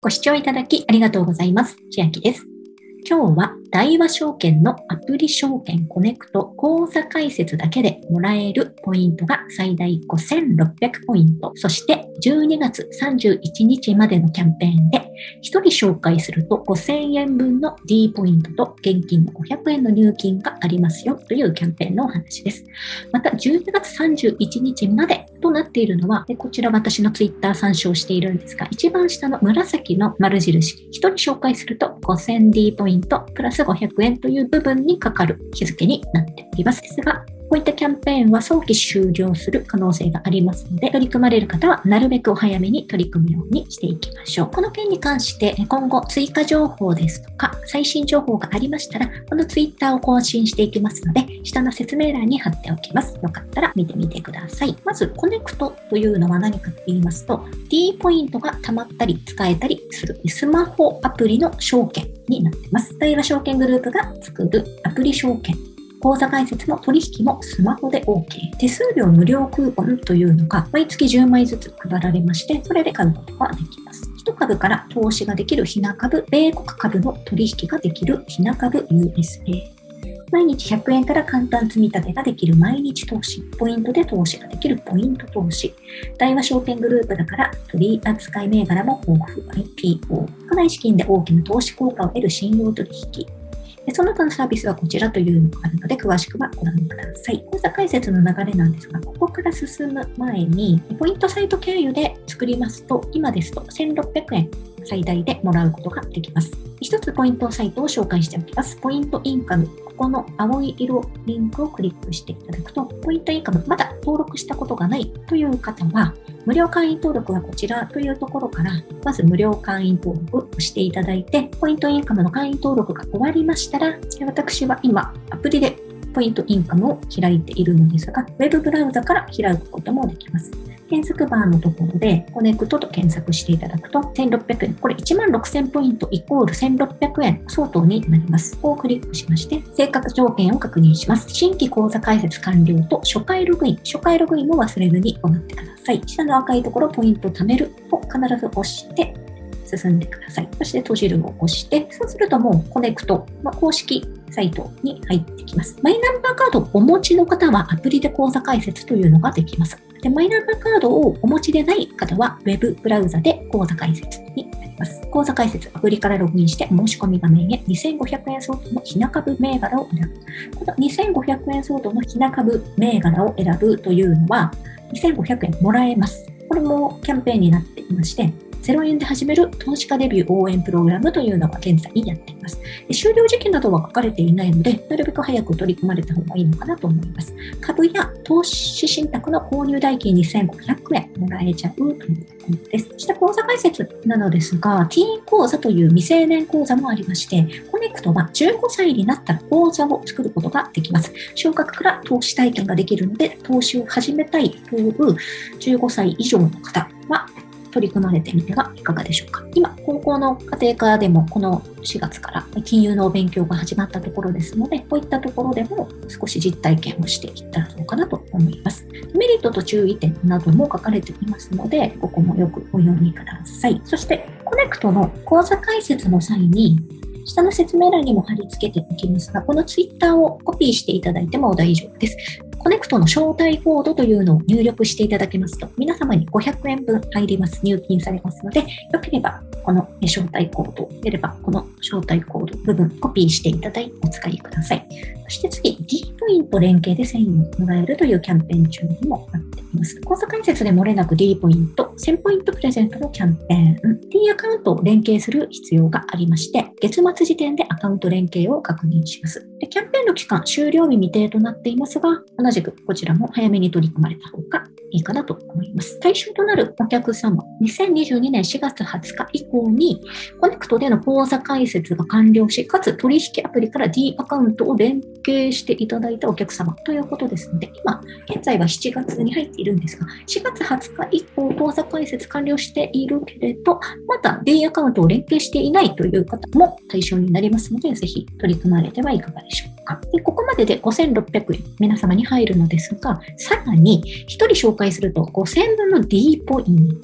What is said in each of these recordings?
ご視聴いただきありがとうございます。千秋です。今日は大和証券のアプリ証券コネクト口座開設だけでもらえるポイントが最大5600ポイント。そして12月31日までのキャンペーンで1人紹介すると5000円分の D ポイントと現金の500円の入金がありますよというキャンペーンのお話です。また12月31日までとなっているのは、こちら私のツイッター参照しているんですが、一番下の紫の丸印、1人紹介すると 5000D ポイントプラス500円という部分にかかる日付になっております。ですが、こういったキャンペーンは早期終了する可能性がありますので、取り組まれる方はなるべくお早めに取り組むようにしていきましょう。この件に関して今後追加情報ですとか最新情報がありましたら、このツイッターを更新していきますので、下の説明欄に貼っておきます。よかったら見てみてください。まずコネクトというのは何かと言いますと、D ポイントが貯まったり使えたりするスマホアプリの証券になっています。大和証券グループが作るアプリ証券。口座開設も取引もスマホで OK。手数料無料クーポンというのが毎月10枚ずつ配られまして、それで買うことができます。1株から投資ができるひな株、米国株の取引ができるひな株 USA。毎日100円から簡単積み立てができる毎日投資。ポイントで投資ができるポイント投資。大和証券グループだから取扱い銘柄も豊富。IPO。少ない資金で大きな投資効果を得る信用取引。その他のサービスはこちらというのがあるので、詳しくはご覧ください。口座開設の流れなんですが、ここから進む前に、ポイントサイト経由で作りますと、今ですと1600円最大でもらうことができます。一つポイントサイトを紹介しておきます。ポイントインカム。ここの青い色リンクをクリックしていただくと、ポイントインカムまだ登録したことがないという方は、無料会員登録はこちらというところから、まず無料会員登録をしていただいて、ポイントインカムの会員登録が終わりましたら、私は今アプリでポイントインカムを開いているのですが、ウェブブラウザから開くこともできます。検索バーのところでコネクトと検索していただくと1600円、これ16000ポイントイコール1600円相当になります。ここをクリックしまして、正確条件を確認します。新規口座開設完了と初回ログイン。初回ログインも忘れずに行ってください。下の赤いところポイント貯めるを必ず押して進んでください。そして閉じるを押して、そうするともうコネクトの公式サイトに入ってきます。マイナンバーカードをお持ちの方はアプリで口座開設というのができます。で、マイナンバーカードをお持ちでない方はウェブブラウザで口座開設になります。口座開設、アプリからログインして申し込み画面へ2500円相当のひな株銘柄を選ぶ。この2500円相当のひな株銘柄を選ぶというのは2500円もらえます。これもキャンペーンになっていまして、0円で始める投資家デビュー応援プログラムというのが現在やっています。終了時期などは書かれていないので、なるべく早く取り組まれた方がいいのかなと思います。株や投資信託の購入代金2500円もらえちゃうというところです。そして口座開設なのですが、ティーン口座という未成年口座もありまして、コネクトは15歳になったら口座を作ることができます。少額から投資体験ができるので、投資を始めたいという15歳以上の方は、取り組まれてみてはいかがでしょうか。今、高校の家庭科でもこの4月から金融の勉強が始まったところですので、こういったところでも少し実体験をしていったらどうかなと思います。メリットと注意点なども書かれていますので、ここもよくお読みください。そして、コネクトの口座開設の際に、下の説明欄にも貼り付けておきますが、このツイッターをコピーしていただいても大丈夫です。コネクトの招待コードというのを入力していただけますと、皆様に500円分入ります。入金されますので、よければこの招待コード、よければこの招待コード部分コピーしていただいてお使いください。そして次、D ポイント連携で1000円もらえるというキャンペーン中にもなっています。口座開設で漏れなく D ポイント、1000ポイントプレゼントのキャンペーン、D アカウントを連携する必要がありまして、月末時点でアカウント連携を確認します。で、キャンペーンの期間、終了日未定となっていますが、同じくこちらも早めに取り組まれた方がいいかなと思います。対象となるお客様、2022年4月20日以降に、コネクトでの口座開設が完了し、かつ取引アプリから D アカウントを連携していただいたお客様ということですので、今、現在は7月に入っているんですが、4月20日以降、口座開設完了しているけれど、まだ D アカウントを連携していないという方も対象になりますので、ぜひ取り組まれてはいかがでしょうか。で、ここまでで5600円皆様に入るのですが、さらに1人紹介すると5000分の D ポイント、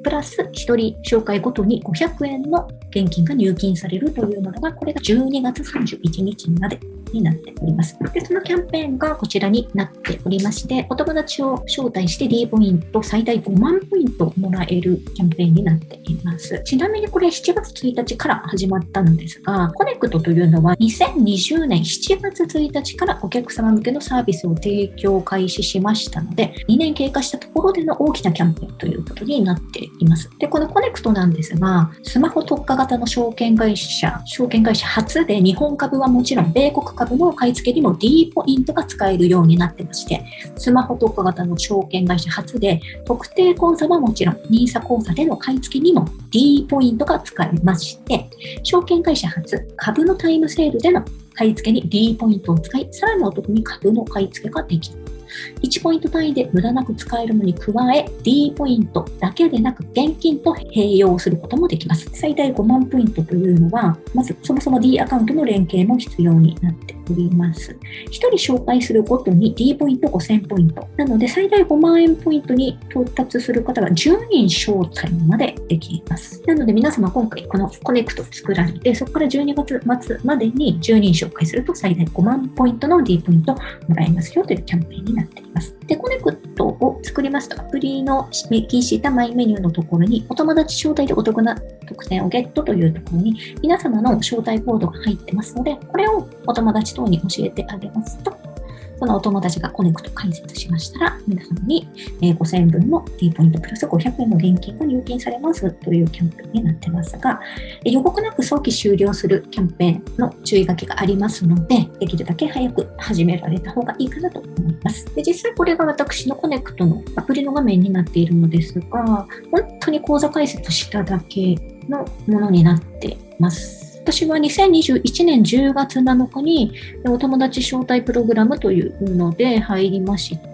プラス1人紹介ごとに500円の現金が入金されるというものが、これが12月31日までになっております。で、そのキャンペーンがこちらになっておりまして、お友達を招待して D ポイント最大5万ポイントもらえるキャンペーンになっています。ちなみにこれ7月1日から始まったのですが、コネクトというのは2020年7月1日からお客様向けのサービスを提供開始しましたので、2年経過したところでの大きなキャンペーンということになっています。で、このコネクトなんですが、スマホ特化型の証券会社初で日本株はもちろん米国株の買い付けにも D ポイントが使えるようになってまして、スマホ特化型の証券会社初で特定口座はもちろん NISA 口座での買い付けにも D ポイントが使えまして、証券会社初株のタイムセールでの買い付けに D ポイントを使い、さらにお得に株の買い付けができる。1ポイント単位で無駄なく使えるのに加え、D ポイントだけでなく現金と併用することもできます。最大5万ポイントというのは、まずそもそも D アカウントの連携も必要になっております。1人紹介するごとに D ポイント5000ポイント。なので最大5万円ポイントに到達する方が10人招待までできます。なので皆様今回このコネクトを作られて、そこから12月末までに10人紹介すると最大5万ポイントの D ポイントもらえますよというキャンペーンになっています。で、コネクトを作りますと、アプリの禁止したマイメニューのところに、お友達招待でお得な特典をゲットというところに、皆様の招待コードが入ってますので、これをお友達等に教えてあげますと、そのお友達がコネクト開設しましたら、皆様に5000円分の D ポイントプラス500円の現金が入金されますというキャンペーンになってますが、予告なく早期終了するキャンペーンの注意書きがありますので、できるだけ早く始められた方がいいかなと思います。で、実際これが私のコネクトのアプリの画面になっているのですが、本当に口座開設しただけのものになっています。私は2021年10月7日にお友達招待プログラムというので入りまして、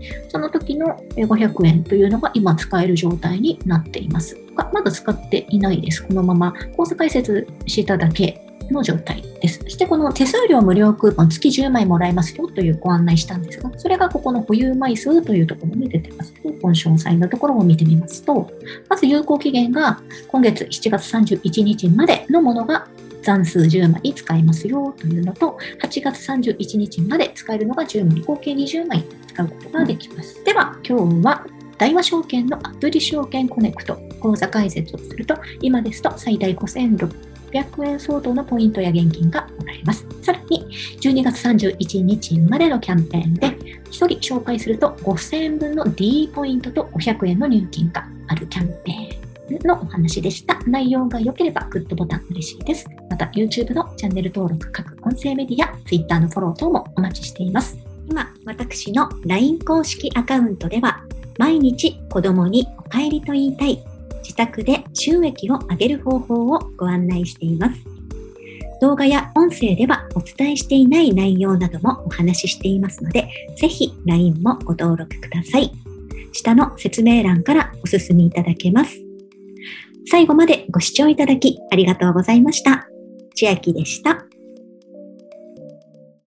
その時の500円というのが今使える状態になっていますが、まだ使っていないです。このまま口座開設しただけの状態です。そしてこの手数料無料クーポン月10枚もらえますよというご案内したんですが、それがここの保有枚数というところに出てます。クーポン詳細のところを見てみますと、まず有効期限が今月7月31日までのものが残数10枚使えますよというのと、8月31日まで使えるのが10枚、合計20枚使うことができます。では今日は大和証券のアプリ証券コネクト口座開設をすると、今ですと最大5600円相当のポイントや現金がもらえます。さらに12月31日までのキャンペーンで1人紹介すると5000円分の D ポイントと500円の入金があるキャンペーンのお話でした。内容が良ければグッドボタン嬉しいです。また YouTube のチャンネル登録、各音声メディア、Twitter のフォロー等もお待ちしています。今、私の LINE 公式アカウントでは毎日子供にお帰りと言いたい、自宅で収益を上げる方法をご案内しています。動画や音声ではお伝えしていない内容などもお話ししていますので、ぜひ LINE もご登録ください。下の説明欄からお進みいただけます。最後までご視聴いただきありがとうございました。千秋でした。